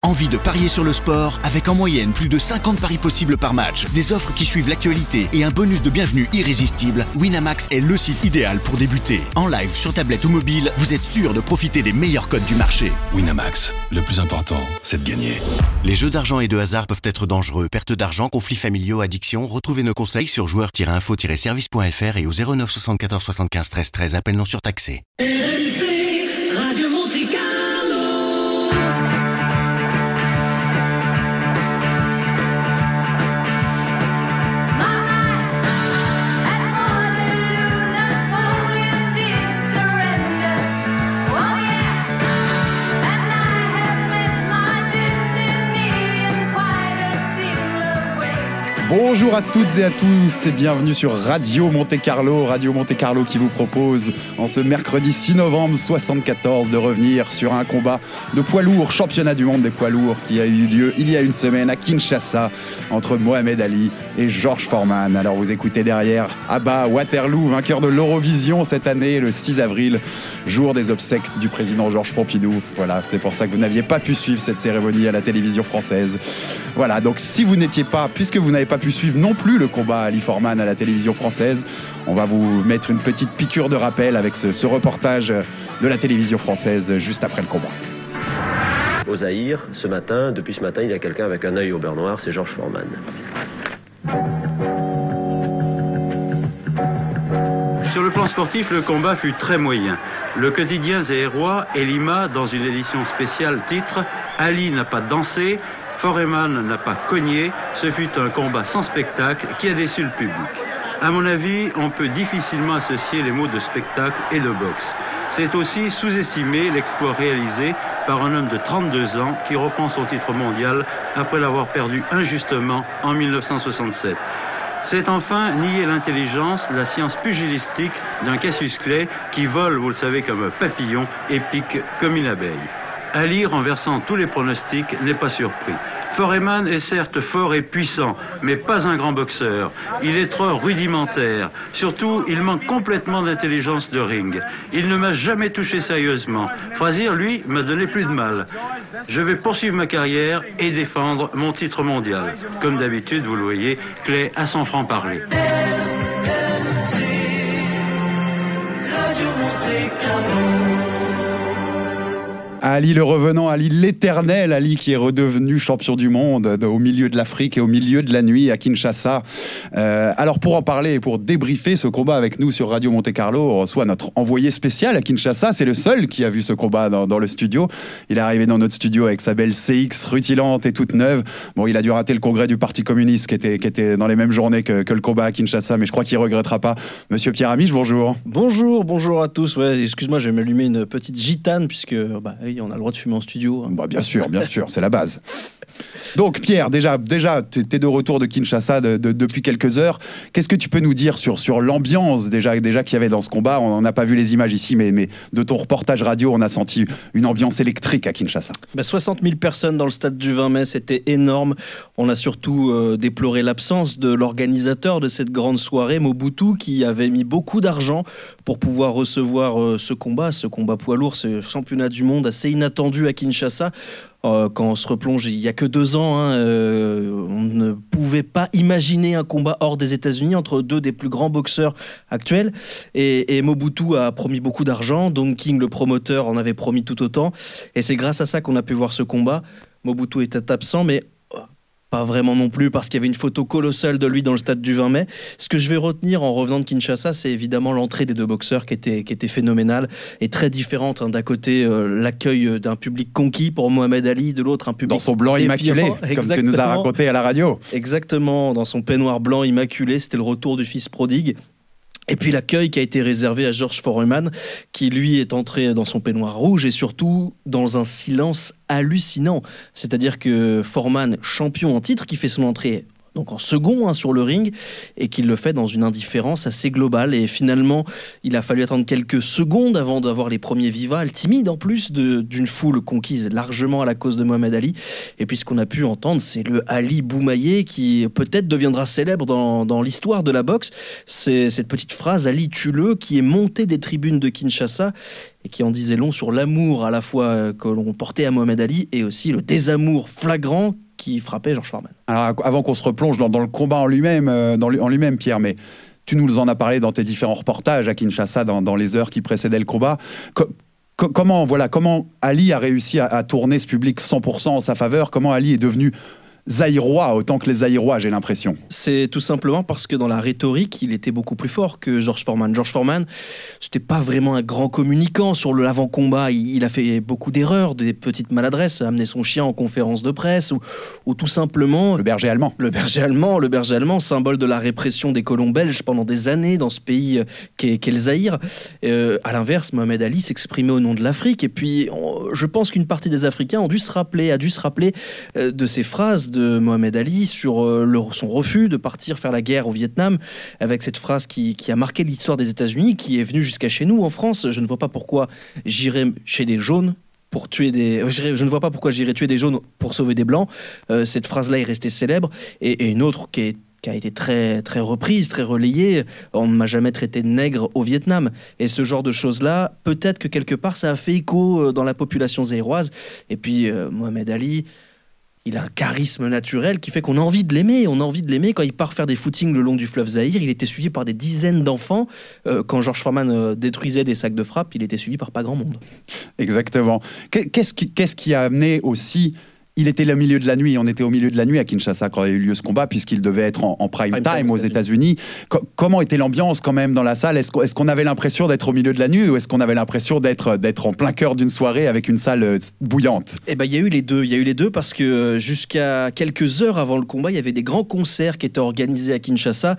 Envie de parier sur le sport avec en moyenne plus de 50 paris possibles par match, des offres qui suivent l'actualité et un bonus de bienvenue irrésistible? Winamax est le site idéal pour débuter. En live, sur tablette ou mobile, vous êtes sûr de profiter des meilleurs codes du marché. Winamax, le plus important, c'est de gagner. Les jeux d'argent et de hasard peuvent être dangereux. Perte d'argent, conflits familiaux, addiction. Retrouvez nos conseils sur joueurs-info-service.fr et au 09 74 75 13 13. Appel non surtaxé. Radio Monte Carlo. Bonjour à toutes et à tous et bienvenue sur Radio Monte Carlo. Radio Monte Carlo qui vous propose en ce mercredi 6 novembre 74 de revenir sur un combat de poids lourds, championnat du monde des poids lourds qui a eu lieu il y a une semaine à Kinshasa entre Mohamed Ali et George Foreman. Alors vous écoutez derrière Abba Waterloo, vainqueur de l'Eurovision cette année le 6 avril, jour des obsèques du président Georges Pompidou. Voilà, c'est pour ça que vous n'aviez pas pu suivre cette cérémonie à la télévision française. Voilà, donc si vous n'étiez pas, puisque vous n'avez pas pu suivre non plus le combat Ali Foreman à la télévision française, on va vous mettre une petite piqûre de rappel avec ce reportage de la télévision française juste après le combat. Au Zaïre, depuis ce matin, il y a quelqu'un avec un œil au beurre noir, c'est George Foreman. Sur le plan sportif, le combat fut très moyen. Le quotidien Zaïrois Elima, dans une édition spéciale, titre « Ali n'a pas dansé ». Foreman n'a pas cogné, ce fut un combat sans spectacle qui a déçu le public. À mon avis, on peut difficilement associer les mots de spectacle et de boxe. C'est aussi sous-estimer l'exploit réalisé par un homme de 32 ans qui reprend son titre mondial après l'avoir perdu injustement en 1967. C'est enfin nier l'intelligence, la science pugilistique d'un Cassius Clay qui vole, vous le savez, comme un papillon et pique comme une abeille. Ali, renversant tous les pronostics, n'est pas surpris. Foreman est certes fort et puissant, mais pas un grand boxeur. Il est trop rudimentaire. Surtout, il manque complètement d'intelligence de ring. Il ne m'a jamais touché sérieusement. Frazier, lui, m'a donné plus de mal. Je vais poursuivre ma carrière et défendre mon titre mondial. Comme d'habitude, vous le voyez, Clay a son franc-parler. Ali le revenant, Ali l'éternel, Ali qui est redevenu champion du monde au milieu de l'Afrique et au milieu de la nuit à Kinshasa. Alors pour en parler et pour débriefer ce combat avec nous sur Radio Monte Carlo, on reçoit notre envoyé spécial à Kinshasa. C'est le seul qui a vu ce combat dans le studio. Il est arrivé dans notre studio avec sa belle CX rutilante et toute neuve. Bon, il a dû rater le congrès du Parti communiste qui était dans les mêmes journées que le combat à Kinshasa, mais je crois qu'il ne regrettera pas. Monsieur Pierre Amiche, bonjour. Bonjour à tous. Ouais, excuse-moi, je vais m'allumer une petite gitane puisque... oui, on a le droit de fumer en studio. Hein. Bien sûr, c'est la base. Donc Pierre, déjà t'es de retour de Kinshasa depuis quelques heures. Qu'est-ce que tu peux nous dire sur l'ambiance déjà qu'il y avait dans ce combat? On n'a pas vu les images ici, mais de ton reportage radio, on a senti une ambiance électrique à Kinshasa. 60 000 personnes dans le stade du 20 mai, c'était énorme. On a surtout déploré l'absence de l'organisateur de cette grande soirée, Mobutu, qui avait mis beaucoup d'argent pour pouvoir recevoir ce combat poids lourd, ce championnat du monde assez inattendu à Kinshasa. Quand on se replonge, il n'y a que 2 ans, on ne pouvait pas imaginer un combat hors des États-Unis entre 2 des plus grands boxeurs actuels. Et Mobutu a promis beaucoup d'argent. Don King, le promoteur, en avait promis tout autant. Et c'est grâce à ça qu'on a pu voir ce combat. Mobutu était absent, mais pas vraiment non plus, parce qu'il y avait une photo colossale de lui dans le stade du 20 mai. Ce que je vais retenir en revenant de Kinshasa, c'est évidemment l'entrée des 2 boxeurs qui était phénoménale et très différente. D'un côté, l'accueil d'un public conquis pour Mohamed Ali, de l'autre, un public dans son blanc immaculé, comme tu nous as raconté à la radio. Exactement, dans son peignoir blanc immaculé, c'était le retour du fils prodigue. Et puis l'accueil qui a été réservé à George Foreman, qui lui est entré dans son peignoir rouge et surtout dans un silence hallucinant. C'est-à-dire que Foreman, champion en titre, qui fait son entrée donc en second sur le ring, et qu'il le fait dans une indifférence assez globale. Et finalement, il a fallu attendre quelques secondes avant d'avoir les premiers vivas, timides en plus, d'une foule conquise largement à la cause de Mohamed Ali. Et puis ce qu'on a pu entendre, c'est le Ali Boumaillé qui peut-être deviendra célèbre dans l'histoire de la boxe. C'est cette petite phrase « Ali tue-le » qui est montée des tribunes de Kinshasa et qui en disait long sur l'amour à la fois que l'on portait à Mohamed Ali et aussi le désamour flagrant qui frappait Georges Foreman. Alors avant qu'on se replonge dans le combat en lui-même, Pierre, mais tu nous en as parlé dans tes différents reportages à Kinshasa dans les heures qui précédaient le combat. Comment Ali a réussi à tourner ce public 100% en sa faveur? Comment Ali est devenu zaïrois autant que les Zaïrois, j'ai l'impression? C'est tout simplement parce que dans la rhétorique, il était beaucoup plus fort que Georges Foreman. Georges Foreman, c'était pas vraiment un grand communicant sur l'avant-combat. Il a fait beaucoup d'erreurs, des petites maladresses, amener son chien en conférence de presse ou tout simplement... Le berger allemand. Le berger allemand, symbole de la répression des colons belges pendant des années dans ce pays qu'est le Zaïre. À l'inverse, Mohamed Ali s'exprimait au nom de l'Afrique. Et puis, je pense qu'une partie des Africains a dû se rappeler de ces phrases de Mohamed Ali sur son refus de partir faire la guerre au Vietnam, avec cette phrase qui a marqué l'histoire des États-Unis, qui est venue jusqu'à chez nous en France. Je ne vois pas pourquoi j'irais chez des jaunes pour tuer je ne vois pas pourquoi j'irais tuer des jaunes pour sauver des blancs. Cette phrase-là est restée célèbre, et une autre qui a été très, très reprise, très relayée. On ne m'a jamais traité de nègre au Vietnam. Et ce genre de choses-là, peut-être que quelque part, ça a fait écho dans la population zaïroise. Et puis, Mohamed Ali, il a un charisme naturel qui fait qu'on a envie de l'aimer. Quand il part faire des footings le long du fleuve Zaïre, il était suivi par des dizaines d'enfants. Quand Georges Foreman détruisait des sacs de frappe, il était suivi par pas grand monde. Exactement. Qu'est-ce qui a amené aussi... Il était au milieu de la nuit, on était au milieu de la nuit à Kinshasa quand il y a eu lieu ce combat, puisqu'il devait être en prime time aux États-Unis. Comment était l'ambiance quand même dans la salle? Est-ce qu'on avait l'impression d'être au milieu de la nuit, ou est-ce qu'on avait l'impression d'être en plein cœur d'une soirée avec une salle bouillante? Eh ben, il y a eu les deux parce que jusqu'à quelques heures avant le combat, il y avait des grands concerts qui étaient organisés à Kinshasa.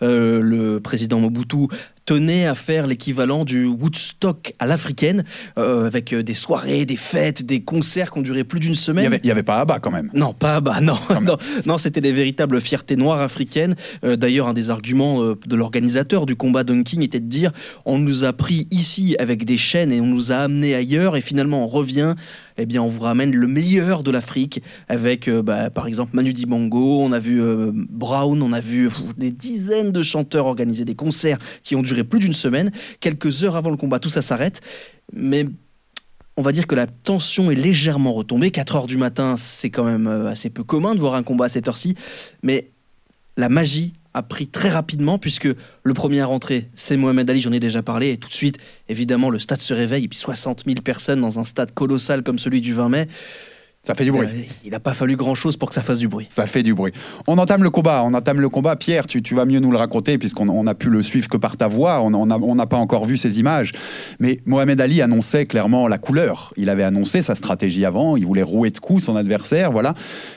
Le président Mobutu tenait à faire l'équivalent du Woodstock à l'africaine, avec des soirées, des fêtes, des concerts qui ont duré plus d'une semaine. Il n'y avait pas Abba quand même. Non, pas Abba, non. Non, c'était des véritables fiertés noires africaines. D'ailleurs, un des arguments de l'organisateur du combat Don King était de dire « on nous a pris ici avec des chaînes et on nous a amenés ailleurs, et finalement on revient ». Eh bien, on vous ramène le meilleur de l'Afrique avec, par exemple, Manu Dibango, on a vu Brown, on a vu des dizaines de chanteurs organiser des concerts qui ont duré plus d'une semaine. Quelques heures avant le combat, tout ça s'arrête. Mais on va dire que la tension est légèrement retombée. 4h du matin, c'est quand même assez peu commun de voir un combat à cette heure-ci. Mais la magie a pris très rapidement, puisque le premier à rentrer, c'est Mohamed Ali, j'en ai déjà parlé, et tout de suite, évidemment, le stade se réveille, et puis 60 000 personnes dans un stade colossal comme celui du 20 mai. Ça fait du bruit. Il n'a pas fallu grand-chose pour que ça fasse du bruit. Ça fait du bruit. On entame le combat. Pierre, tu vas mieux nous le raconter, puisqu'on a pu le suivre que par ta voix. On n'a pas encore vu ces images. Mais Mohamed Ali annonçait clairement la couleur. Il avait annoncé sa stratégie avant. Il voulait rouer de coups son adversaire, voilà.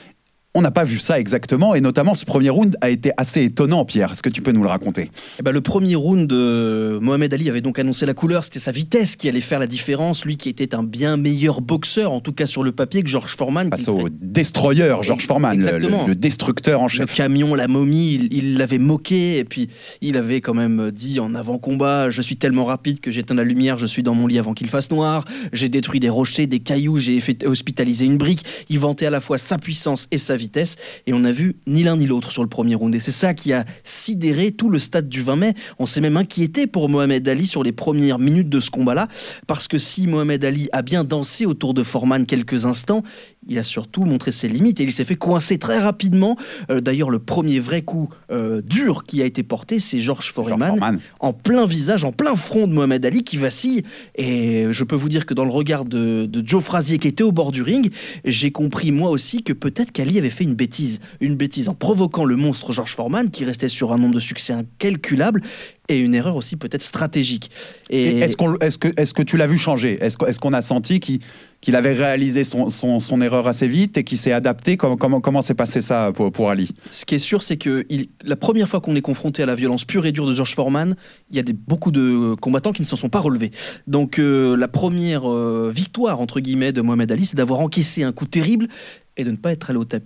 On n'a pas vu ça exactement, et notamment ce premier round a été assez étonnant, Pierre. Est-ce que tu peux nous le raconter? Le premier round, Mohamed Ali avait donc annoncé la couleur. C'était sa vitesse qui allait faire la différence. Lui qui était un bien meilleur boxeur, en tout cas sur le papier, que Georges Foreman. Face au destroyer Georges Foreman, le destructeur en chef. Le camion, la momie, il l'avait moqué, et puis il avait quand même dit en avant-combat: je suis tellement rapide que j'éteins la lumière, je suis dans mon lit avant qu'il fasse noir, j'ai détruit des rochers, des cailloux, j'ai fait hospitaliser une brique. Il vantait à la fois sa puissance et sa vitesse, et on n'a vu ni l'un ni l'autre sur le premier round, et c'est ça qui a sidéré tout le stade du 20 mai. On s'est même inquiété pour Mohamed Ali sur les premières minutes de ce combat-là, parce que si Mohamed Ali a bien dansé autour de Foreman quelques instants, il a surtout montré ses limites, et il s'est fait coincer très rapidement. D'ailleurs, le premier vrai coup dur qui a été porté, c'est Georges Foreman en plein visage, en plein front de Mohamed Ali, qui vacille. Et je peux vous dire que dans le regard de Joe Frazier, qui était au bord du ring, j'ai compris moi aussi que peut-être qu'Ali avait fait une bêtise en provoquant le monstre Georges Foreman, qui restait sur un nombre de succès incalculable, et une erreur aussi peut-être stratégique. Et est-ce que tu l'as vu changer? Est-ce qu'on a senti qu'il avait réalisé son erreur assez vite et qu'il s'est adapté? Comment s'est passé ça pour Ali? Ce qui est sûr, c'est que la première fois qu'on est confronté à la violence pure et dure de Georges Foreman, il y a beaucoup de combattants qui ne s'en sont pas relevés. Donc la première victoire, entre guillemets, de Mohamed Ali, c'est d'avoir encaissé un coup terrible et de ne pas être allé au tapis.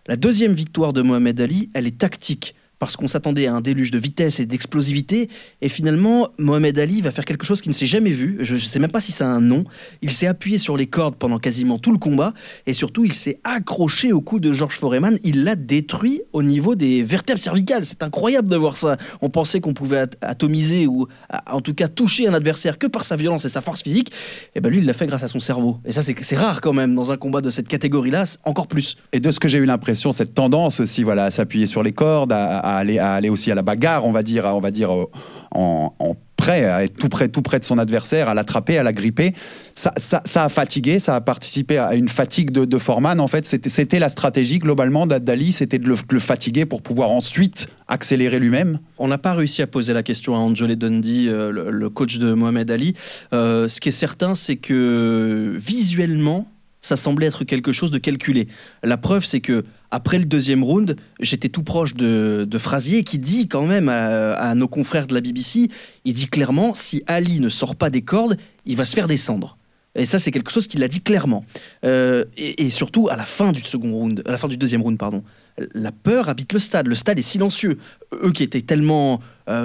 La deuxième victoire de Mohamed Ali, elle est tactique. Parce qu'on s'attendait à un déluge de vitesse et d'explosivité. Et finalement, Mohamed Ali va faire quelque chose qu'il ne s'est jamais vu. Je ne sais même pas si ça a un nom. Il s'est appuyé sur les cordes pendant quasiment tout le combat. Et surtout, il s'est accroché au cou de George Foreman. Il l'a détruit au niveau des vertèbres cervicales. C'est incroyable de voir ça. On pensait qu'on pouvait atomiser ou en tout cas toucher un adversaire que par sa violence et sa force physique. Et ben lui, il l'a fait grâce à son cerveau. Et ça, c'est rare quand même dans un combat de cette catégorie-là, encore plus. Et de ce que j'ai eu l'impression, cette tendance aussi, voilà, à s'appuyer sur les cordes, à aller aussi à la bagarre, on va dire en prêt, à être tout près de son adversaire, à l'attraper, à la gripper. Ça a fatigué, ça a participé à une fatigue de Foreman. En fait, c'était la stratégie globalement d'Ali, c'était de le fatiguer pour pouvoir ensuite accélérer lui-même. On n'a pas réussi à poser la question à Angelo Dundee, le coach de Mohamed Ali. Ce qui est certain, c'est que visuellement, ça semblait être quelque chose de calculé. La preuve, c'est que après le deuxième round, j'étais tout proche de Frazier qui dit quand même à nos confrères de la BBC, il dit clairement, si Ali ne sort pas des cordes, il va se faire descendre. Et ça, c'est quelque chose qu'il a dit clairement. Et surtout, à la fin du deuxième round, pardon, la peur habite le stade. Le stade est silencieux. Eux qui étaient tellement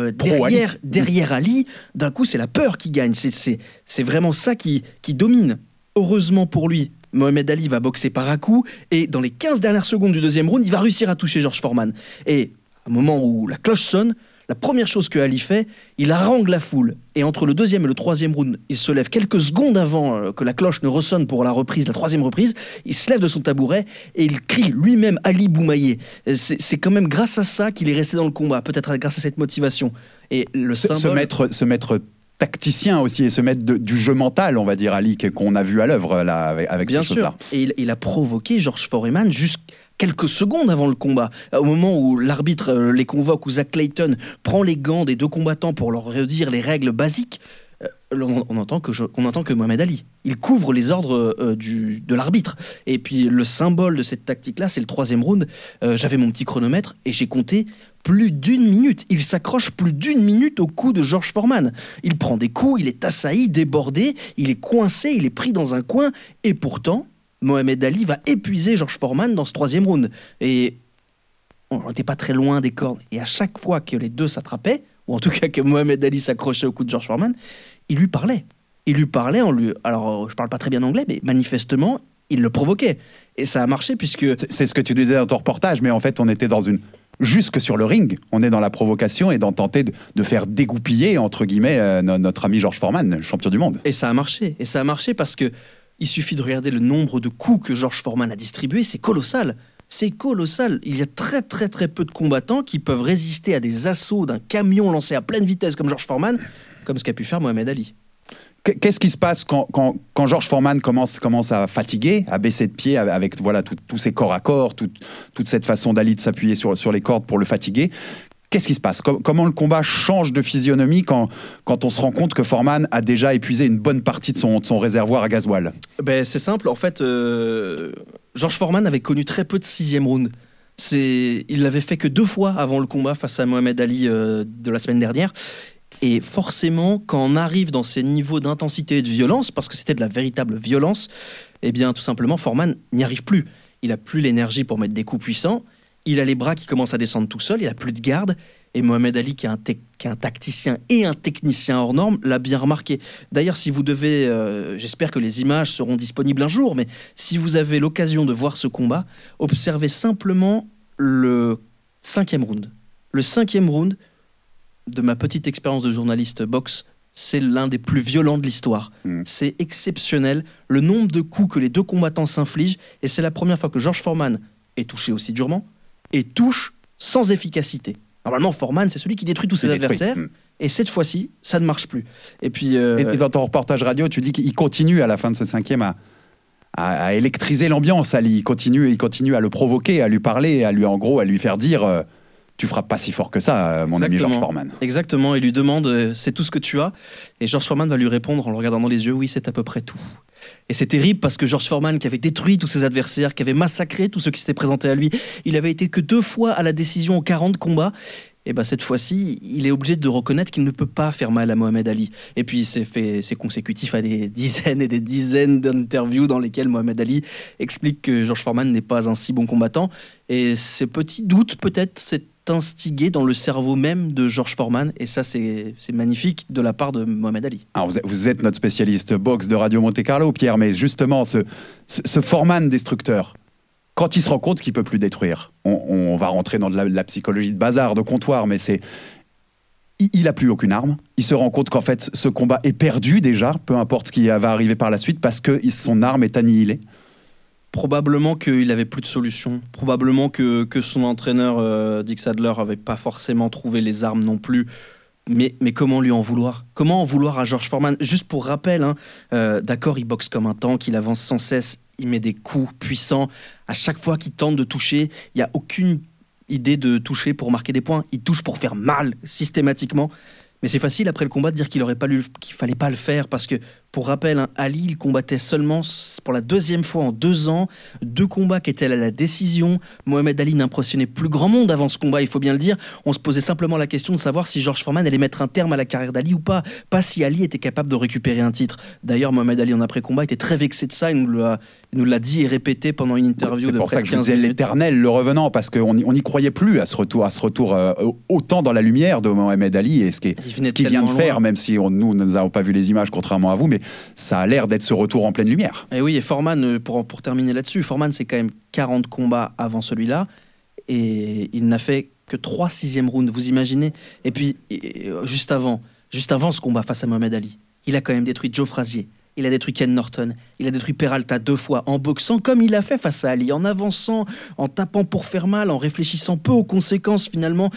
derrière Ali, d'un coup, c'est la peur qui gagne. C'est vraiment ça qui domine. Heureusement pour lui, Mohamed Ali va boxer par à-coups et dans les 15 dernières secondes du deuxième round, il va réussir à toucher George Foreman. Et au moment où la cloche sonne, la première chose que Ali fait, il harangue la foule. Et entre le deuxième et le troisième round, il se lève quelques secondes avant que la cloche ne ressonne pour la troisième reprise. Il se lève de son tabouret et il crie lui-même Ali Boumaillé. C'est quand même grâce à ça qu'il est resté dans le combat, peut-être grâce à cette motivation. Et le symbole... Se mettre tacticien aussi et se mettre du jeu mental, on va dire, Ali, qu'on a vu à l'œuvre là, avec bien ces sûr. Et il a provoqué George Foreman jusqu'à quelques secondes avant le combat. Au moment où l'arbitre les convoque, où Zach Clayton prend les gants des deux combattants pour leur redire les règles basiques, on entend que Mohamed Ali, il couvre les ordres de l'arbitre. Et puis le symbole de cette tactique-là, c'est le troisième round. J'avais mon petit chronomètre et j'ai compté plus d'1 minute. Il s'accroche plus d'1 minute au cou de George Foreman. Il prend des coups, il est assailli, débordé, il est coincé, il est pris dans un coin. Et pourtant, Mohamed Ali va épuiser George Foreman dans ce troisième round. Et on n'était pas très loin des cordes. Et à chaque fois que les deux s'attrapaient, ou en tout cas que Mohamed Ali s'accrochait au cou de George Foreman, il lui parlait. Alors, je parle pas très bien anglais, mais manifestement, il le provoquait. Et ça a marché puisque... C'est ce que tu disais dans ton reportage, mais en fait, on était jusque sur le ring, on est dans la provocation et dans tenter de faire dégoupiller, entre guillemets, notre ami George Foreman, champion du monde. Et ça a marché. Et ça a marché parce que il suffit de regarder le nombre de coups que George Foreman a distribués, c'est colossal. C'est colossal. Il y a très très très peu de combattants qui peuvent résister à des assauts d'un camion lancé à pleine vitesse comme George Foreman, comme ce qu'a pu faire Mohamed Ali. Qu'est-ce qui se passe quand George Foreman commence à fatiguer, à baisser de pied avec voilà, tous ses corps à corps, toute cette façon d'Ali de s'appuyer sur les cordes pour le fatiguer? Qu'est-ce qui se passe? Comment le combat change de physionomie quand on se rend compte que Foreman a déjà épuisé une bonne partie de son réservoir à gasoil? C'est simple. En fait, George Foreman avait connu très peu de 6e round. Il l'avait fait que 2 fois avant le combat face à Mohamed Ali de la semaine dernière. Et forcément, quand on arrive dans ces niveaux d'intensité et de violence, parce que c'était de la véritable violence, eh bien, tout simplement, Foreman n'y arrive plus. Il n'a plus l'énergie pour mettre des coups puissants. Il a les bras qui commencent à descendre tout seul. Il n'a plus de garde. Et Mohamed Ali, qui est un tacticien et un technicien hors norme, l'a bien remarqué. D'ailleurs, si vous devez... j'espère que les images seront disponibles un jour, mais si vous avez l'occasion de voir ce combat, observez simplement le 5e round. Le 5e round, de ma petite expérience de journaliste boxe, c'est l'un des plus violents de l'histoire. C'est exceptionnel, le nombre de coups que les deux combattants s'infligent, et c'est la première fois que George Foreman est touché aussi durement, et touche sans efficacité. Normalement, Foreman, c'est celui qui détruit tous ses adversaires, et cette fois-ci, ça ne marche plus. Et puis... Et dans ton reportage radio, tu dis qu'il continue à la fin de ce 5e à électriser l'ambiance, il continue à le provoquer, à lui parler, à lui faire dire... Tu frappes pas si fort que ça, mon ami George Foreman. Exactement, il lui demande c'est tout ce que tu as, et George Foreman va lui répondre en le regardant dans les yeux, oui, c'est à peu près tout. Et c'est terrible parce que George Foreman, qui avait détruit tous ses adversaires, qui avait massacré tous ceux qui s'étaient présentés à lui, il avait été que 2 fois à la décision aux 40 combats, Et ben cette fois-ci, il est obligé de reconnaître qu'il ne peut pas faire mal à Mohamed Ali. Et puis c'est consécutif à des dizaines et des dizaines d'interviews dans lesquelles Mohamed Ali explique que George Foreman n'est pas un si bon combattant. Et ces petits doutes peut-être s'est instigé dans le cerveau même de George Foreman. Et ça, c'est magnifique de la part de Mohamed Ali. Alors vous êtes notre spécialiste boxe de Radio Monte-Carlo, Pierre, mais justement, ce Foreman destructeur, quand il se rend compte qu'il ne peut plus détruire, on va rentrer dans de la psychologie de bazar, de comptoir, mais il n'a plus aucune arme. Il se rend compte qu'en fait, ce combat est perdu déjà, peu importe ce qui va arriver par la suite, parce que son arme est annihilée. Probablement qu'il n'avait plus de solution. Probablement que son entraîneur, Dick Sadler, n'avait pas forcément trouvé les armes non plus. Mais comment lui en vouloir ? Comment en vouloir à George Foreman ? Juste pour rappel, d'accord, il boxe comme un tank, il avance sans cesse, il met des coups puissants. À chaque fois qu'il tente de toucher, il n'y a aucune idée de toucher pour marquer des points. Il touche pour faire mal, systématiquement. Mais c'est facile après le combat de dire qu'il fallait pas le faire parce que, pour rappel, Ali, il combattait seulement pour la deuxième fois en 2 ans, 2 combats qui étaient à la décision. Mohamed Ali n'impressionnait plus grand monde avant ce combat, il faut bien le dire. On se posait simplement la question de savoir si George Foreman allait mettre un terme à la carrière d'Ali ou pas si Ali était capable de récupérer un titre. D'ailleurs, Mohamed Ali, en après-combat, était très vexé de ça, il nous l'a dit et répété pendant une interview de près de 15 minutes. C'est pour ça que je disais l'éternel, le revenant, parce qu'on n'y croyait plus à ce retour autant dans la lumière de Mohamed Ali et ce qu'il vient de faire, même si nous n'avons pas vu les images, contrairement à vous, mais ça a l'air d'être ce retour en pleine lumière. Et oui, et Foreman, pour terminer là-dessus, Foreman, c'est quand même 40 combats avant celui-là, et il n'a fait que 3 6e rounds, vous imaginez ? Et puis, juste avant ce combat face à Mohamed Ali, il a quand même détruit Joe Frazier, il a détruit Ken Norton, il a détruit Peralta 2 fois, en boxant comme il a fait face à Ali, en avançant, en tapant pour faire mal, en réfléchissant peu aux conséquences finalement.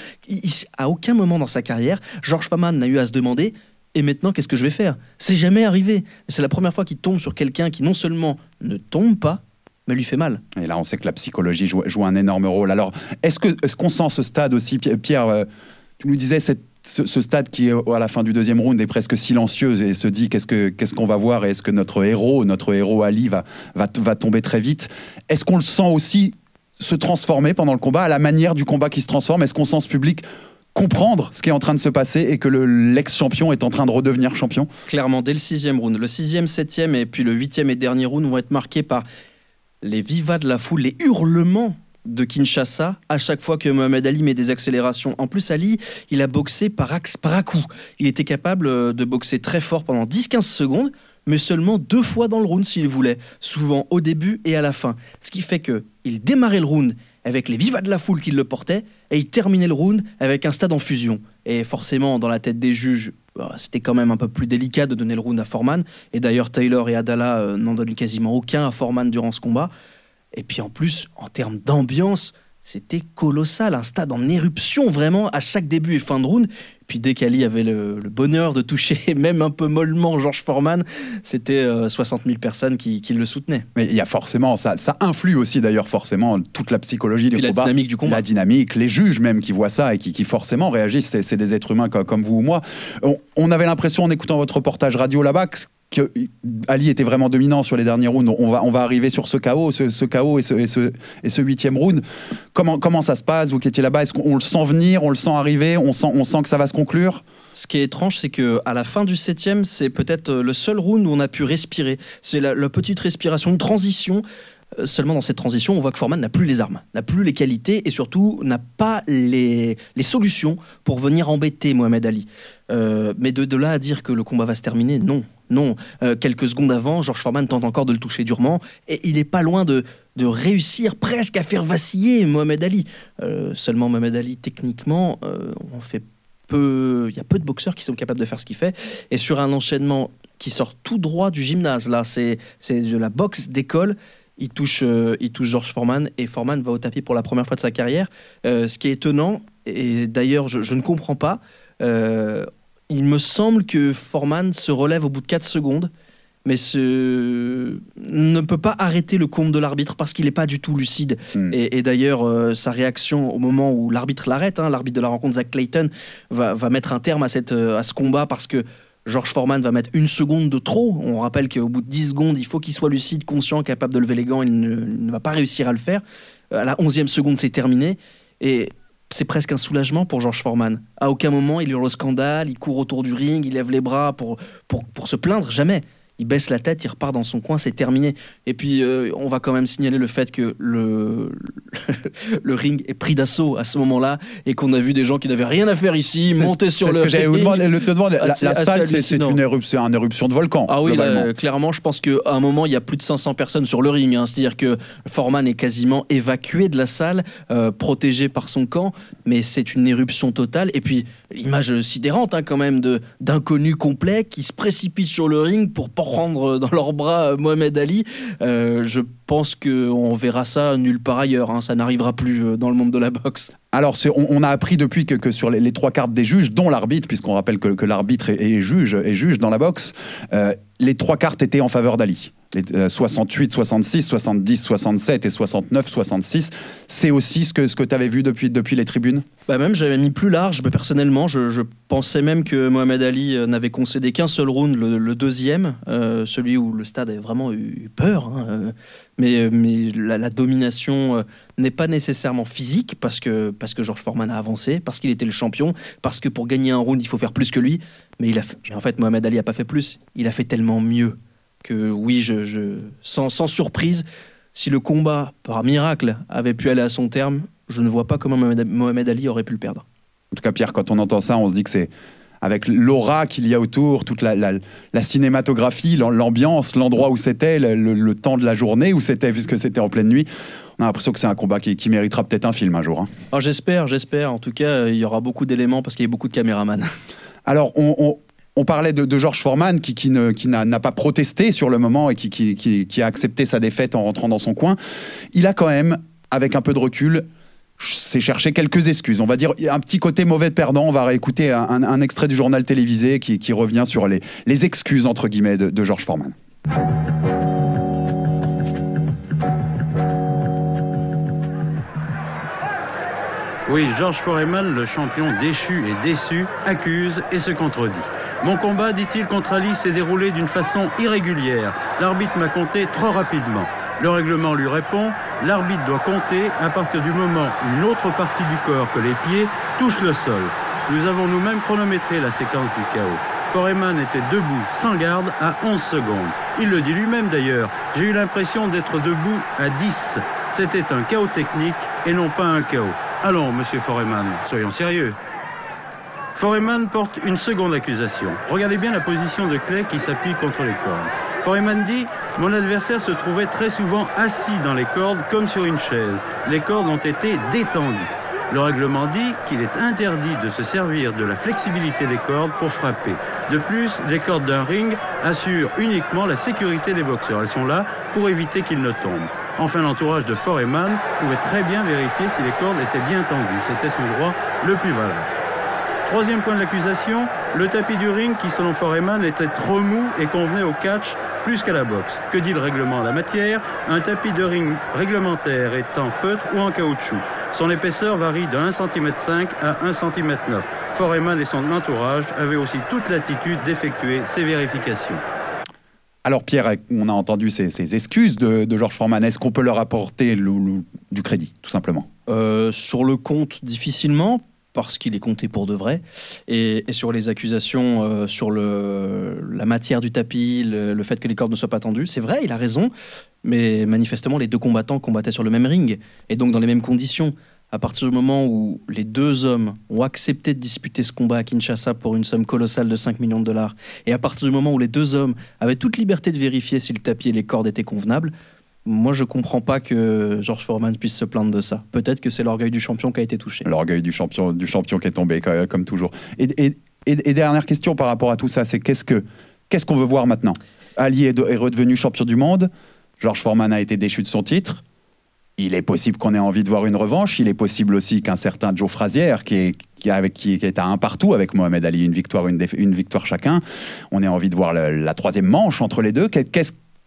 À aucun moment dans sa carrière, George Foreman n'a eu à se demander « et maintenant, qu'est-ce que je vais faire ?» C'est jamais arrivé. C'est la première fois qu'il tombe sur quelqu'un qui non seulement ne tombe pas, mais lui fait mal. Et là, on sait que la psychologie joue un énorme rôle. Alors, est-ce qu'on sent ce stade aussi, Pierre, tu nous disais ce stade qui, à la fin du 2e round, est presque silencieux et se dit qu'est-ce qu'on va voir et est-ce que notre héros Ali va tomber très vite. Est-ce qu'on le sent aussi se transformer pendant le combat, à la manière du combat qui se transforme ? Est-ce qu'on sent ce public comprendre ce qui est en train de se passer et que l'ex-champion est en train de redevenir champion ? Clairement, dès le 6e round. Le 6e, 7e et puis le 8e et dernier round vont être marqués par les vivas de la foule, les hurlements de Kinshasa à chaque fois que Mohamed Ali met des accélérations. En plus, Ali, il a boxé par axe, par à coup. Il était capable de boxer très fort pendant 10-15 secondes, mais seulement 2 fois dans le round s'il voulait, souvent au début et à la fin. Ce qui fait qu'il démarrait le round avec les vivas de la foule qui le portaient, et il terminait le round avec un stade en fusion. Et forcément, dans la tête des juges, c'était quand même un peu plus délicat de donner le round à Foreman, et d'ailleurs Taylor et Adala n'en donnent quasiment aucun à Foreman durant ce combat. Et puis en plus, en termes d'ambiance, c'était colossal, un stade en éruption vraiment à chaque début et fin de round. Puis dès qu'Ali avait le bonheur de toucher, même un peu mollement, George Foreman, c'était 60 000 personnes qui le soutenaient. Mais il y a forcément, ça influe aussi d'ailleurs forcément toute la psychologie du combat. La dynamique du combat. La dynamique, les juges même qui voient ça et qui forcément réagissent, c'est des êtres humains comme vous ou moi. On avait l'impression en écoutant votre reportage radio là-bas que Ali était vraiment dominant sur les derniers rounds. On va arriver sur ce chaos, ce chaos et ce 8e round. Comment ça se passe, vous qui étiez là-bas? Est-ce qu'on le sent venir, on le sent arriver, on sent que ça va se conclure? Ce qui est étrange, c'est qu'à la fin du 7e, c'est peut-être le seul round où on a pu respirer. C'est la petite respiration, une transition. Seulement dans cette transition, on voit que Foreman n'a plus les armes, n'a plus les qualités et surtout n'a pas les solutions pour venir embêter Mohamed Ali. Mais de là à dire que le combat va se terminer, non. Quelques secondes avant, George Foreman tente encore de le toucher durement et il n'est pas loin de réussir presque à faire vaciller Mohamed Ali. Seulement Mohamed Ali, techniquement, il y a peu de boxeurs qui sont capables de faire ce qu'il fait. Et sur un enchaînement qui sort tout droit du gymnase, là, c'est de la boxe d'école. Il touche George Foreman et Foreman va au tapis pour la première fois de sa carrière. Ce qui est étonnant, et d'ailleurs je ne comprends pas, il me semble que Foreman se relève au bout de 4 secondes, mais ne peut pas arrêter le compte de l'arbitre parce qu'il n'est pas du tout lucide. Et d'ailleurs, sa réaction au moment où l'arbitre l'arrête, l'arbitre de la rencontre, Zach Clayton, va mettre un terme à ce combat parce que George Foreman va mettre 1 seconde de trop. On rappelle qu'au bout de 10 secondes, il faut qu'il soit lucide, conscient, capable de lever les gants. Il ne va pas réussir à le faire. À la 11e seconde, c'est terminé. Et c'est presque un soulagement pour George Foreman. À aucun moment, il hurle au scandale, il court autour du ring, il lève les bras pour se plaindre, jamais. Il baisse la tête, il repart dans son coin, c'est terminé. Et puis, on va quand même signaler le fait que le ring est pris d'assaut à ce moment-là et qu'on a vu des gens qui n'avaient rien à faire ici monter sur le ring. C'est ce que j'allais vous demander. La salle, c'est une éruption de volcan. Ah oui, là, clairement, je pense qu'à un moment, il y a plus de 500 personnes sur le ring. C'est-à-dire que Foreman est quasiment évacué de la salle, protégé par son camp, mais c'est une éruption totale. Et puis, l'image sidérante quand même d'inconnus complets qui se précipitent sur le ring pour prendre dans leurs bras Mohamed Ali. Je pense qu'on verra ça nulle part ailleurs. Ça n'arrivera plus dans le monde de la boxe. Alors, on a appris depuis que sur les 3/4 des juges, dont l'arbitre, puisqu'on rappelle que l'arbitre est juge dans la boxe, les 3/4 étaient en faveur d'Ali. Les 68, 66, 70, 67 et 69, 66. C'est aussi ce que tu avais vu depuis les tribunes ? Même j'avais mis plus large. Personnellement, je pensais même que Mohamed Ali n'avait concédé qu'un seul round, le deuxième, celui où le stade avait vraiment eu peur. Mais la domination n'est pas nécessairement physique parce que George Foreman a avancé, parce qu'il était le champion, parce que pour gagner un round, il faut faire plus que lui. Mais en fait, Mohamed Ali n'a pas fait plus. Il a fait tellement mieux. Que oui, sans surprise, si le combat, par miracle, avait pu aller à son terme, je ne vois pas comment Mohamed Ali aurait pu le perdre. En tout cas, Pierre, quand on entend ça, on se dit que c'est avec l'aura qu'il y a autour, toute la cinématographie, l'ambiance, l'endroit où c'était, le temps de la journée où c'était, puisque c'était en pleine nuit, on a l'impression que c'est un combat qui méritera peut-être un film un jour. J'espère. En tout cas, il y aura beaucoup d'éléments parce qu'il y a beaucoup de caméramans. Alors, on parlait de George Foreman qui n'a pas protesté sur le moment et qui a accepté sa défaite en rentrant dans son coin. Il a quand même, avec un peu de recul, s'est cherché quelques excuses. On va dire un petit côté mauvais perdant. On va réécouter un extrait du journal télévisé qui revient sur les excuses, entre guillemets, de George Foreman. Oui, George Foreman, le champion déchu et déçu, accuse et se contredit. Mon combat, dit-il, contre Ali s'est déroulé d'une façon irrégulière. L'arbitre m'a compté trop rapidement. Le règlement lui répond, l'arbitre doit compter à partir du moment où une autre partie du corps que les pieds touche le sol. Nous avons nous-mêmes chronométré la séquence du chaos. Foreman était debout, sans garde, à 11 secondes. Il le dit lui-même d'ailleurs. J'ai eu l'impression d'être debout à 10. C'était un chaos technique et non pas un chaos. Allons, monsieur Foreman, soyons sérieux. Foreman porte une seconde accusation. Regardez bien la position de Clay qui s'appuie contre les cordes. Foreman dit « Mon adversaire se trouvait très souvent assis dans les cordes comme sur une chaise. Les cordes ont été détendues. » Le règlement dit qu'il est interdit de se servir de la flexibilité des cordes pour frapper. De plus, les cordes d'un ring assurent uniquement la sécurité des boxeurs. Elles sont là pour éviter qu'ils ne tombent. Enfin, l'entourage de Foreman pouvait très bien vérifier si les cordes étaient bien tendues. C'était son droit le plus valable. Troisième point de l'accusation, le tapis du ring qui, selon Foreman, était trop mou et convenait au catch plus qu'à la boxe. Que dit le règlement en la matière ? Un tapis de ring réglementaire est en feutre ou en caoutchouc. Son épaisseur varie de 1,5 cm à 1,9 cm. Foreman et son entourage avaient aussi toute l'attitude d'effectuer ces vérifications. Alors Pierre, on a entendu ces excuses de George Foreman. Est-ce qu'on peut leur apporter du crédit, tout simplement ? Sur le compte, difficilement, parce qu'il est compté pour de vrai. Et sur les accusations sur la matière du tapis, le fait que les cordes ne soient pas tendues, c'est vrai, il a raison, mais manifestement, les deux combattants combattaient sur le même ring, et donc dans les mêmes conditions. À partir du moment où les deux hommes ont accepté de disputer ce combat à Kinshasa pour une somme colossale de 5 millions de dollars, et à partir du moment où les deux hommes avaient toute liberté de vérifier si le tapis et les cordes étaient convenables, moi je comprends pas que George Foreman puisse se plaindre de ça. Peut-être que c'est l'orgueil du champion qui a été touché. L'orgueil du champion qui est tombé, comme toujours. Et dernière question par rapport à tout ça, c'est qu'est-ce qu'on veut voir maintenant ? Ali est redevenu champion du monde, George Foreman a été déchu de son titre. Il est possible qu'on ait envie de voir une revanche. Il est possible aussi qu'un certain Joe Frazier, qui est à 1 partout avec Mohamed Ali, une victoire chacun, on ait envie de voir la troisième manche entre les deux.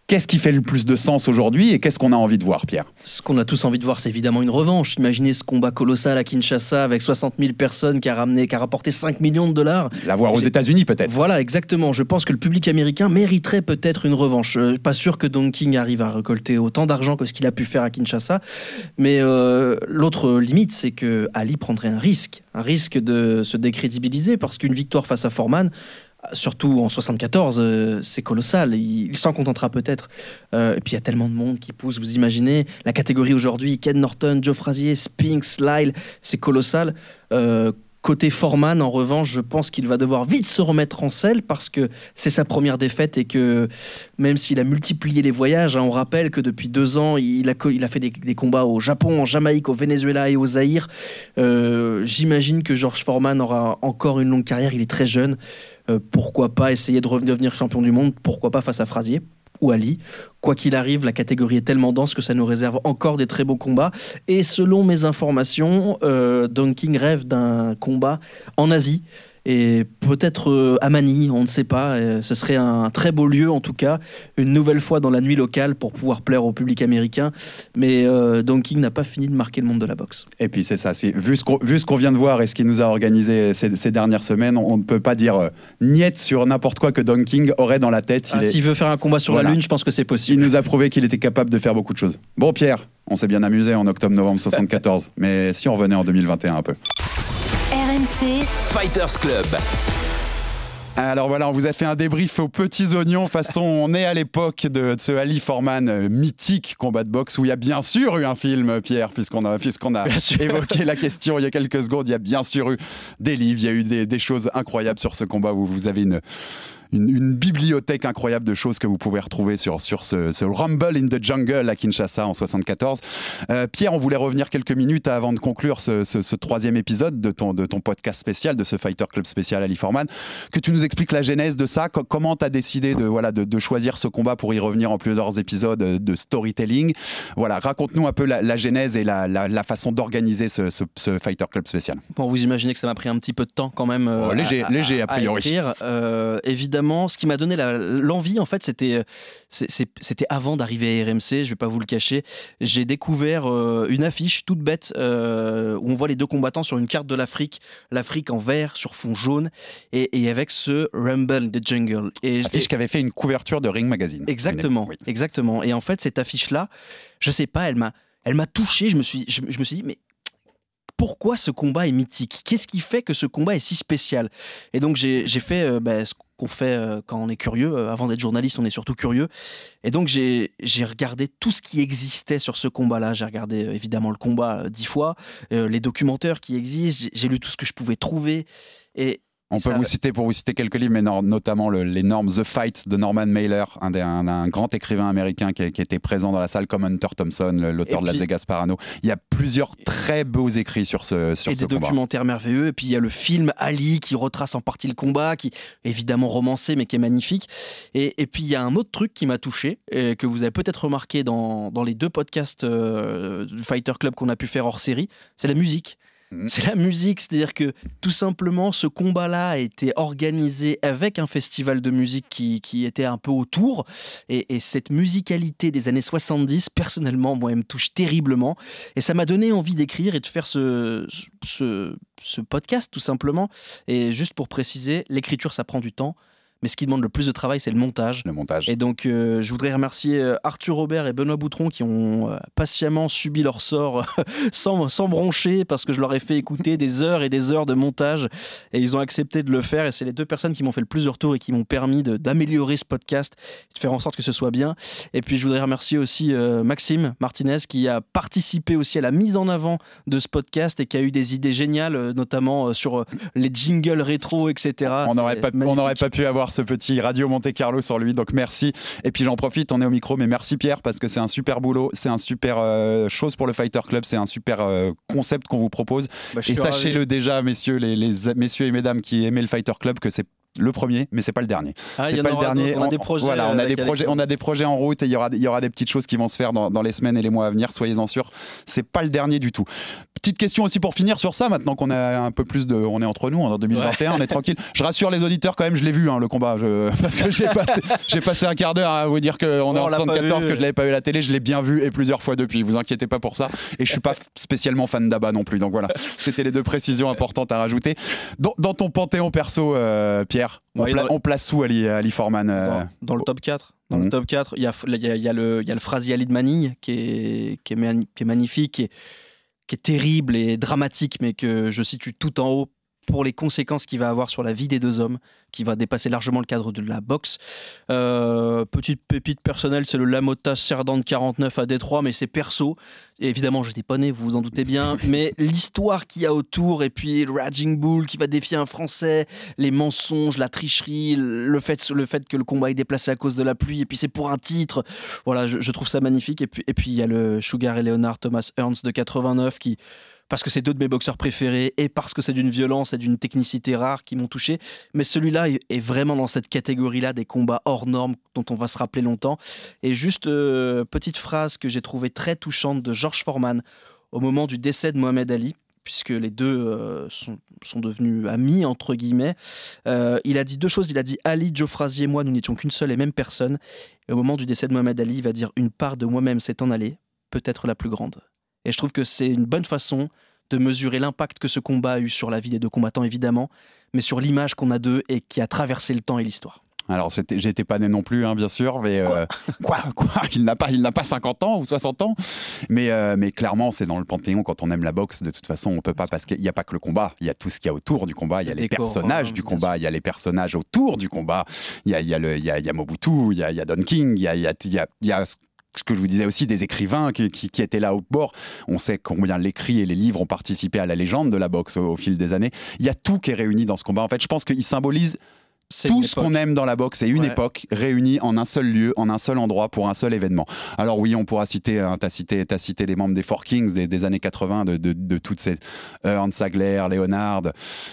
Qu'est-ce qui fait le plus de sens aujourd'hui et qu'est-ce qu'on a envie de voir, Pierre ? Ce qu'on a tous envie de voir, c'est évidemment une revanche. Imaginez ce combat colossal à Kinshasa avec 60 000 personnes qui a rapporté 5 millions de dollars. L'avoir aux États-Unis peut-être. Voilà, exactement. Je pense que le public américain mériterait peut-être une revanche. Pas sûr que Don King arrive à récolter autant d'argent que ce qu'il a pu faire à Kinshasa. Mais l'autre limite, c'est que Ali prendrait un risque de se décrédibiliser parce qu'une victoire face à Foreman, surtout en 74, c'est colossal. Il s'en contentera peut-être. Et puis il y a tellement de monde qui pousse. Vous imaginez la catégorie aujourd'hui, Ken Norton, Joe Frazier, Spinks, Lyle, c'est colossal. Côté Foreman, en revanche, je pense qu'il va devoir vite se remettre en selle parce que c'est sa première défaite et que même s'il a multiplié les voyages, on rappelle que depuis 2 ans, il a fait des combats au Japon, en Jamaïque, au Venezuela et au Zaïre. J'imagine que George Foreman aura encore une longue carrière. Il est très jeune. Pourquoi pas essayer de redevenir champion du monde? Pourquoi pas face à Frazier ou Ali? Quoi qu'il arrive, la catégorie est tellement dense que ça nous réserve encore des très beaux combats. Et selon mes informations, Don King rêve d'un combat en Asie. Et peut-être à Manille, on ne sait pas. Ce serait un très beau lieu, en tout cas, une nouvelle fois dans la nuit locale pour pouvoir plaire au public américain. Mais Don King n'a pas fini de marquer le monde de la boxe. Et puis c'est ça, vu ce qu'on vient de voir et ce qu'il nous a organisé ces dernières semaines, on ne peut pas dire niet sur n'importe quoi que Don King aurait dans la tête. S'il veut faire un combat sur la Lune, je pense que c'est possible. Il nous a prouvé qu'il était capable de faire beaucoup de choses. Bon Pierre, on s'est bien amusé en octobre-novembre 74, mais si on revenait en 2021 un peu. RMC Fighters Club. Alors voilà, on vous a fait un débrief aux petits oignons façon on est à l'époque de ce Ali Foreman mythique combat de boxe où il y a bien sûr eu un film, Pierre, puisqu'on a évoqué la question il y a quelques secondes. Il y a bien sûr eu des livres, il y a eu des choses incroyables sur ce combat où vous avez une bibliothèque incroyable de choses que vous pouvez retrouver sur ce Rumble in the Jungle à Kinshasa en 74. Pierre, on voulait revenir quelques minutes avant de conclure ce 3e épisode de ton podcast spécial, de ce Fighter Club spécial Ali Foreman, que tu nous expliques la genèse de ça, comment tu as décidé de choisir ce combat pour y revenir en plusieurs épisodes de storytelling. Voilà, raconte-nous un peu la genèse et la façon d'organiser ce Fighter Club spécial. Bon, vous imaginez que ça m'a pris un petit peu de temps quand même léger a priori. À écrire. Évidemment, ce qui m'a donné l'envie, en fait, c'était avant d'arriver à RMC, je ne vais pas vous le cacher. J'ai découvert une affiche toute bête où on voit les deux combattants sur une carte de l'Afrique en vert sur fond jaune et avec ce Rumble in the Jungle. Affiche qui avait fait une couverture de Ring Magazine. Exactement, oui. Exactement. Et en fait, cette affiche-là, je ne sais pas, elle m'a touché. Je me suis dit, mais pourquoi ce combat est mythique? Qu'est-ce qui fait que ce combat est si spécial? Et donc j'ai fait ce qu'on fait quand on est curieux. Avant d'être journaliste, on est surtout curieux. Et donc j'ai regardé tout ce qui existait sur ce combat-là. J'ai regardé évidemment le combat 10 fois, les documentaires qui existent. J'ai lu tout ce que je pouvais trouver. On peut vous citer quelques livres, mais notamment l'énorme The Fight de Norman Mailer, un grand écrivain américain qui était présent dans la salle, comme Hunter Thompson, l'auteur de Las Vegas Parano. Il y a plusieurs très beaux écrits sur ce combat. Et des documentaires merveilleux. Et puis il y a le film Ali qui retrace en partie le combat, qui est évidemment romancé, mais qui est magnifique. Et puis il y a un autre truc qui m'a touché, que vous avez peut-être remarqué dans les 2 podcasts du Fighter Club qu'on a pu faire hors série, c'est la musique. C'est la musique, c'est-à-dire que tout simplement ce combat-là a été organisé avec un festival de musique qui était un peu autour et cette musicalité des années 70, personnellement, moi, elle me touche terriblement et ça m'a donné envie d'écrire et de faire ce podcast tout simplement. Et juste pour préciser, l'écriture ça prend du temps. Mais ce qui demande le plus de travail, c'est le montage. Et donc, je voudrais remercier Arthur Robert et Benoît Boutron qui ont patiemment subi leur sort sans broncher parce que je leur ai fait écouter des heures et des heures de montage et ils ont accepté de le faire. Et c'est les 2 personnes qui m'ont fait le plus de retours et qui m'ont permis d'améliorer ce podcast, de faire en sorte que ce soit bien. Et puis, je voudrais remercier aussi Maxime Martinez qui a participé aussi à la mise en avant de ce podcast et qui a eu des idées géniales, notamment sur les jingles rétro, etc. On n'aurait pas pu avoir ce petit Radio Monte Carlo sur lui, donc merci. Et puis j'en profite, on est au micro, mais merci Pierre parce que c'est un super boulot, c'est un super chose pour le Fighter Club, c'est un super concept qu'on vous propose. Et sachez-le déjà, messieurs, les messieurs et mesdames qui aimaient le Fighter Club, que c'est le premier, mais c'est pas le dernier. Ah, C'est pas le dernier. On a des projets. Voilà, on a des projets en route et il y aura des petites choses qui vont se faire dans les semaines et les mois à venir, soyez-en sûrs. C'est pas le dernier du tout. Petite question aussi pour finir sur ça, maintenant qu'on a un peu plus on est entre nous, en 2021, on est tranquille. Je rassure les auditeurs quand même, je l'ai vu le combat, parce que j'ai passé un quart d'heure à vous dire qu'on est en 74, que je l'avais pas vu à la télé, je l'ai bien vu et plusieurs fois depuis, vous inquiétez pas pour ça. Et je suis pas spécialement fan d'Abba non plus, donc voilà, c'était les deux précisions importantes à rajouter. Dans ton panthéon perso, Pierre, on place où Ali Foreman dans le top 4. Dans le top 4, il y a le phrasier Ali de Manille qui est magnifique, qui est terrible et dramatique, mais que je situe tout en haut pour les conséquences qu'il va avoir sur la vie des deux hommes, qui va dépasser largement le cadre de la boxe. Petite pépite personnelle, c'est le Lamota Cerdan de 49 à Détroit, mais c'est perso. Et évidemment, j'étais pas né, vous vous en doutez bien, mais l'histoire qu'il y a autour, et puis le Raging Bull qui va défier un Français, les mensonges, la tricherie, le fait que le combat est déplacé à cause de la pluie, et puis c'est pour un titre. Voilà, je trouve ça magnifique. Et puis il y a le Sugar et Leonard Thomas Ernst de 89 parce que c'est deux de mes boxeurs préférés et parce que c'est d'une violence et d'une technicité rare qui m'ont touché. Mais celui-là est vraiment dans cette catégorie-là des combats hors normes dont on va se rappeler longtemps. Et juste, petite phrase que j'ai trouvée très touchante de George Foreman au moment du décès de Mohamed Ali, puisque les deux sont devenus amis, entre guillemets. Il a dit deux choses. Il a dit « Ali, Joe Frazier et moi, nous n'étions qu'une seule et même personne. » Et au moment du décès de Mohamed Ali, il va dire « Une part de moi-même s'est en allée, peut-être la plus grande. » Et je trouve que c'est une bonne façon de mesurer l'impact que ce combat a eu sur la vie des deux combattants, évidemment, mais sur l'image qu'on a d'eux et qui a traversé le temps et l'histoire. Alors, j'étais pas né non plus, bien sûr, mais quoi il n'a pas 50 ans ou 60 ans, mais clairement, c'est dans le panthéon quand on aime la boxe. De toute façon, on peut pas, parce qu'il n'y a pas que le combat, il y a tout ce qu'il y a autour du combat, il y a les personnages du combat, il y a les personnages autour du combat, il y a Mobutu, il y a Don King, il y a ce que je vous disais aussi, des écrivains qui étaient là au bord. On sait combien l'écrit et les livres ont participé à la légende de la boxe au fil des années. Il y a tout qui est réuni dans ce combat. En fait, je pense qu'il symbolise tout ce qu'on aime dans la boxe. C'est une époque réunie en un seul lieu, en un seul endroit, pour un seul événement. Alors oui, on pourra citer, t'as cité des membres des Four Kings des années 80, de toutes ces Hans Sagler, Leonard.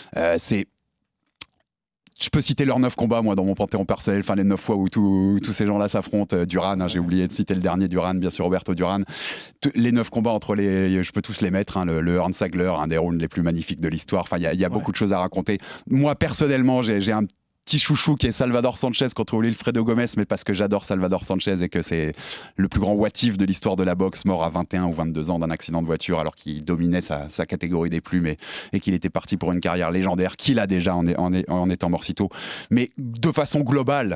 Je peux citer leurs 9 combats, moi, dans mon panthéon personnel, les 9 fois où tous ces gens-là s'affrontent. Duran, j'ai oublié de citer le dernier Duran, bien sûr, Roberto Duran. Les 9 combats je peux tous les mettre. Le Hans Sagler, un des rounds les plus magnifiques de l'histoire. Il y a beaucoup de choses à raconter. Moi, personnellement, j'ai un petit chouchou qui est Salvador Sanchez contre Wilfredo Gomez, mais parce que j'adore Salvador Sanchez et que c'est le plus grand what-if de l'histoire de la boxe, mort à 21 ou 22 ans d'un accident de voiture alors qu'il dominait sa catégorie des plumes et qu'il était parti pour une carrière légendaire qu'il a déjà en étant mort si tôt. Mais de toute façon globale,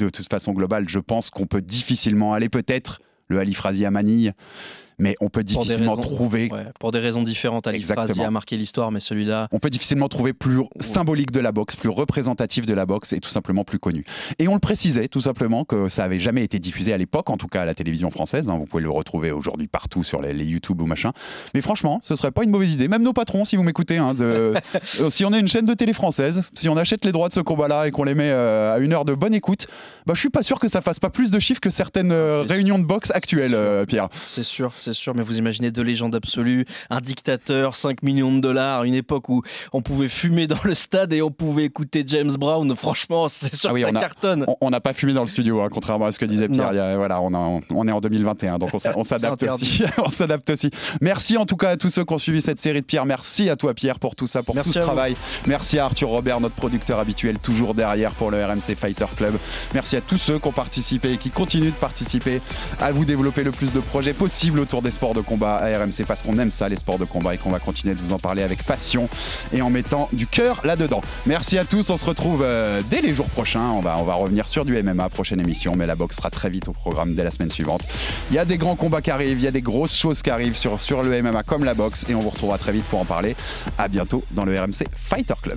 je pense qu'on peut difficilement aller peut-être le Ali Frazier à Manille, mais on peut difficilement trouver... pour des raisons différentes, Ali Frazier a marqué l'histoire, mais celui-là... On peut difficilement trouver plus symbolique de la boxe, plus représentatif de la boxe et tout simplement plus connu. Et on le précisait tout simplement que ça n'avait jamais été diffusé à l'époque, en tout cas à la télévision française. Vous pouvez le retrouver aujourd'hui partout sur les YouTube ou machin. Mais franchement, ce serait pas une mauvaise idée. Même nos patrons, si vous m'écoutez, si on est une chaîne de télé française, si on achète les droits de ce combat-là et qu'on les met à une heure de bonne écoute, je suis pas sûr que ça fasse pas plus de chiffres que certaines réunions de boxe actuelles, Pierre. C'est sûr, mais vous imaginez deux légendes absolues, un dictateur, 5 millions de $, une époque où on pouvait fumer dans le stade et on pouvait écouter James Brown. Franchement, c'est sûr que ça cartonne. On n'a pas fumé dans le studio, contrairement à ce que disait Pierre. On est en 2021, donc on s'adapte aussi. On s'adapte aussi. Merci en tout cas à tous ceux qui ont suivi cette série de Pierre. Merci à toi, Pierre, pour tout ça, pour tout ce travail. Merci à Arthur Robert, notre producteur habituel, toujours derrière pour le RMC Fighter Club. Merci à tous ceux qui ont participé et qui continuent de participer à vous développer le plus de projets possible autour des sports de combat à RMC, parce qu'on aime ça, les sports de combat, et qu'on va continuer de vous en parler avec passion et en mettant du cœur là-dedans. Merci à tous, on se retrouve dès les jours prochains. On va revenir sur du MMA, prochaine émission, mais la boxe sera très vite au programme dès la semaine suivante. Il y a des grands combats qui arrivent, il y a des grosses choses qui arrivent sur le MMA comme la boxe, et on vous retrouvera très vite pour en parler. À bientôt dans le RMC Fighter Club.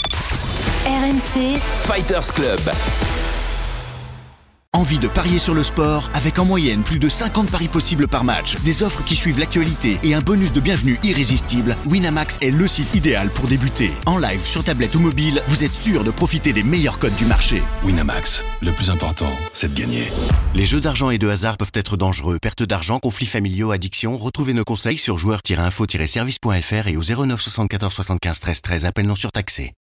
RMC Fighters Club. Envie de parier sur le sport avec en moyenne plus de 50 paris possibles par match, des offres qui suivent l'actualité et un bonus de bienvenue irrésistible? Winamax est le site idéal pour débuter. En live, sur tablette ou mobile, vous êtes sûr de profiter des meilleurs codes du marché. Winamax, le plus important, c'est de gagner. Les jeux d'argent et de hasard peuvent être dangereux. Perte d'argent, conflits familiaux, addiction. Retrouvez nos conseils sur joueurs-info-service.fr et au 09 74 75 13 13. Appel non surtaxé.